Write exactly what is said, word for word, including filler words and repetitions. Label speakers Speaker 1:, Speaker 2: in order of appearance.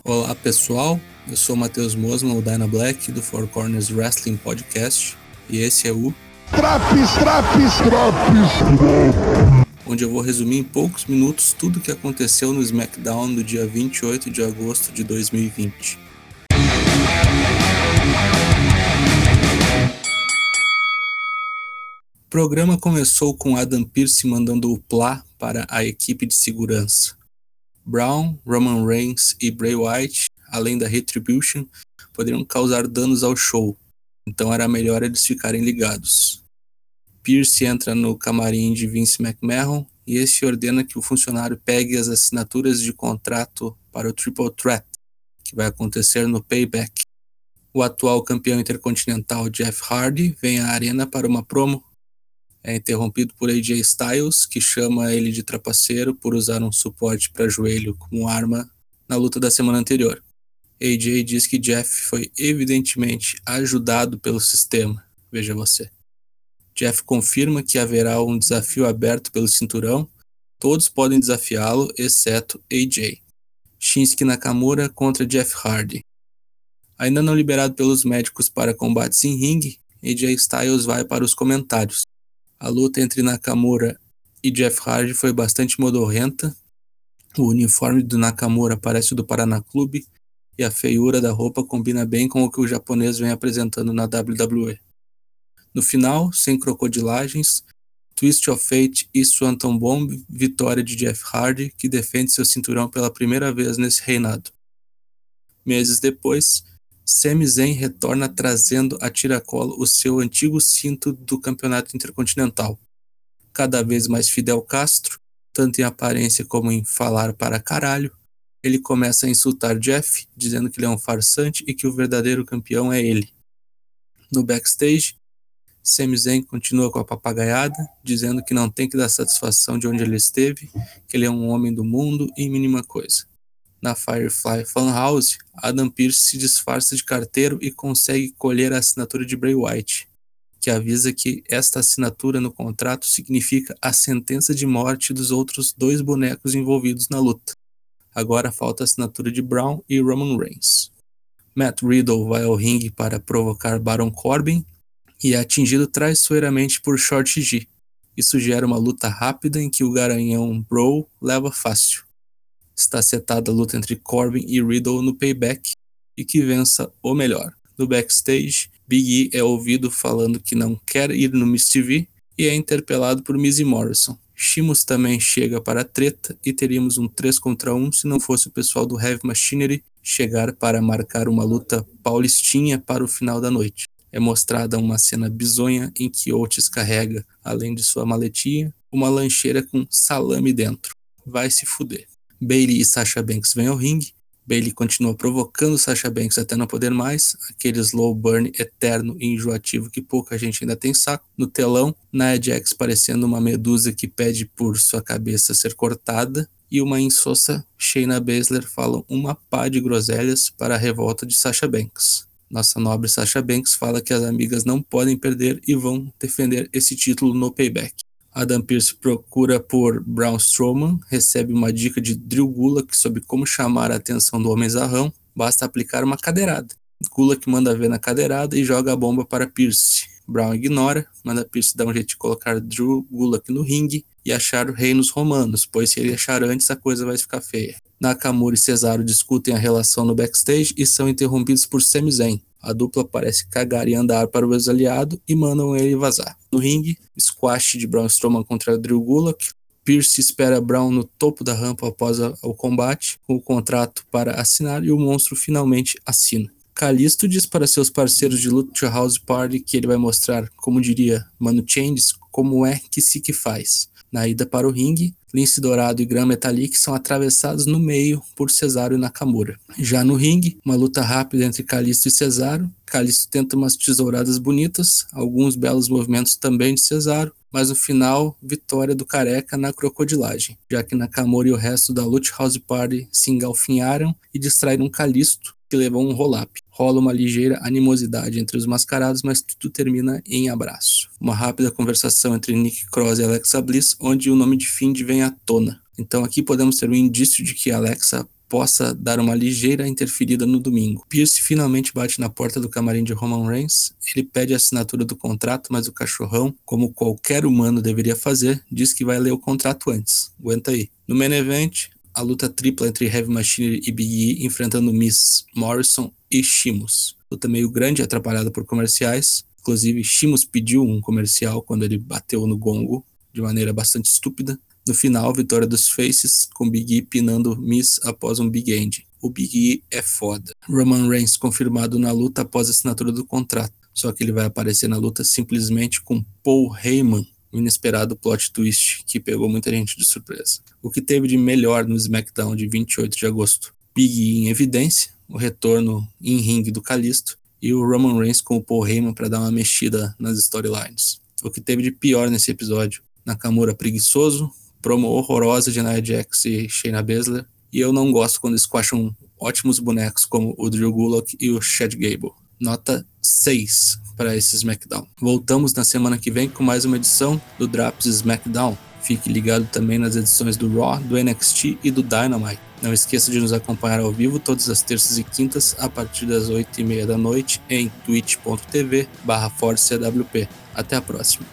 Speaker 1: Olá pessoal, eu sou o Matheus Mosman, o Dyna Black do Four Corners Wrestling Podcast, e esse é o
Speaker 2: Traps, Traps, Traps,
Speaker 1: onde eu vou resumir em poucos minutos tudo o que aconteceu no SmackDown do dia vinte e oito de agosto de dois mil e vinte. O programa começou com Adam Pearce mandando o plá para a equipe de segurança. Braun, Roman Reigns e Bray Wyatt, além da Retribution, poderiam causar danos ao show, então era melhor eles ficarem ligados. Pearce entra no camarim de Vince McMahon e esse ordena que o funcionário pegue as assinaturas de contrato para o Triple Threat, que vai acontecer no Payback. O atual campeão intercontinental Jeff Hardy vem à arena para uma promo. É interrompido por A J Styles, que chama ele de trapaceiro por usar um suporte para joelho como arma na luta da semana anterior. A J diz que Jeff foi evidentemente ajudado pelo sistema, veja você. Jeff confirma que haverá um desafio aberto pelo cinturão, todos podem desafiá-lo, exceto A J. Shinsuke Nakamura contra Jeff Hardy. Ainda não liberado pelos médicos para combates em ringue, A J Styles vai para os comentários. A luta entre Nakamura e Jeff Hardy foi bastante modorrenta. O uniforme do Nakamura parece o do Paraná Clube e a feiura da roupa combina bem com o que o japonês vem apresentando na W W E. No final, sem crocodilagens, Twist of Fate e Swanton Bomb, vitória de Jeff Hardy, que defende seu cinturão pela primeira vez nesse reinado. Meses depois, Sami Zayn retorna trazendo a tiracolo o seu antigo cinto do campeonato intercontinental. Cada vez mais Fidel Castro, tanto em aparência como em falar para caralho, ele começa a insultar Jeff, dizendo que ele é um farsante e que o verdadeiro campeão é ele. No backstage, Sami Zayn continua com a papagaiada, dizendo que não tem que dar satisfação de onde ele esteve, que ele é um homem do mundo e mínima coisa. Na Firefly Funhouse, Adam Pearce se disfarça de carteiro e consegue colher a assinatura de Bray Wyatt, que avisa que esta assinatura no contrato significa a sentença de morte dos outros dois bonecos envolvidos na luta. Agora falta a assinatura de Braun e Roman Reigns. Matt Riddle vai ao ringue para provocar Baron Corbin e é atingido traiçoeiramente por Shorty G. Isso gera uma luta rápida em que o garanhão Braun leva fácil. Está setada a luta entre Corbin e Riddle no Payback e que vença o melhor. No backstage, Big E é ouvido falando que não quer ir no Miss T V e é interpelado por Miz e Morrison. Sheamus também chega para a treta e teríamos um três contra um se não fosse o pessoal do Heavy Machinery chegar para marcar uma luta paulistinha para o final da noite. É mostrada uma cena bizonha em que Otis carrega, além de sua maletinha, uma lancheira com salame dentro. Vai se fuder. Bayley e Sasha Banks vêm ao ringue. Bayley continua provocando Sasha Banks até não poder mais, aquele slow burn eterno e enjoativo que pouca gente ainda tem saco. No telão, Nia Jax parecendo uma medusa que pede por sua cabeça ser cortada, e uma insossa Shayna Baszler falam uma pá de groselhas para a revolta de Sasha Banks. Nossa nobre Sasha Banks fala que as amigas não podem perder e vão defender esse título no Payback. Adam Pearce procura por Braun Strowman, recebe uma dica de Drew Gulak sobre como chamar a atenção do homem zarrão, basta aplicar uma cadeirada. Gulak manda ver na cadeirada e joga a bomba para Pearce. Braun ignora, manda Pearce dar um jeito de colocar Drew Gulak no ringue e achar reinos romanos, pois se ele achar antes a coisa vai ficar feia. Nakamura e Cesaro discutem a relação no backstage e são interrompidos por Sami Zayn. A dupla parece cagar e andar para o ex-aliado e mandam ele vazar. No ringue, squash de Braun Strowman contra Drew Gulak. Pearce espera Braun no topo da rampa após o combate, com o contrato para assinar e o monstro finalmente assina. Kalisto diz para seus parceiros de Lucha House Party que ele vai mostrar, como diria Mano Changes, como é que se que faz. Na ida para o ringue, Lince Dourado e Gran Metalik são atravessados no meio por Cesaro e Nakamura. Já no ringue, uma luta rápida entre Kalisto e Cesaro. Kalisto tenta umas tesouradas bonitas, alguns belos movimentos também de Cesaro, mas no final, vitória do Careca na crocodilagem, já que Nakamura e o resto da Lucha House Party se engalfinharam e distraíram Kalisto, que levou um roll-up. Rola uma ligeira animosidade entre os mascarados, mas tudo termina em abraço. Uma rápida conversação entre Nick Cross e Alexa Bliss, onde o nome de Fiend vem à tona. Então aqui podemos ter um indício de que Alexa possa dar uma ligeira interferida no domingo. Pierce finalmente bate na porta do camarim de Roman Reigns. Ele pede a assinatura do contrato, mas o cachorrão, como qualquer humano deveria fazer, diz que vai ler o contrato antes. Aguenta aí. No main event, a luta tripla entre Heavy Machinery e Big E enfrentando Miz, Morrison e Sheamus. Luta meio grande, atrapalhada por comerciais. Inclusive, Sheamus pediu um comercial quando ele bateu no gongo, de maneira bastante estúpida. No final, vitória dos Faces, com Big E pinando Miz após um Big End. O Big E é foda. Roman Reigns confirmado na luta após a assinatura do contrato. Só que ele vai aparecer na luta simplesmente com Paul Heyman. Um inesperado plot twist que pegou muita gente de surpresa. O que teve de melhor no SmackDown de vinte e oito de agosto? Big E em evidência, o retorno em ringue do Kalisto e o Roman Reigns com o Paul Heyman para dar uma mexida nas storylines. O que teve de pior nesse episódio? Nakamura preguiçoso, promo horrorosa de Nia Jax e Shayna Baszler, e eu não gosto quando squasham ótimos bonecos como o Drew Gulak e o Chad Gable. Nota seis para esse SmackDown. Voltamos na semana que vem com mais uma edição do Drops SmackDown. Fique ligado também nas edições do Raw, do N X T e do Dynamite. Não esqueça de nos acompanhar ao vivo todas as terças e quintas a partir das oito e meia da noite em twitch ponto tv barra force C W P. Até a próxima.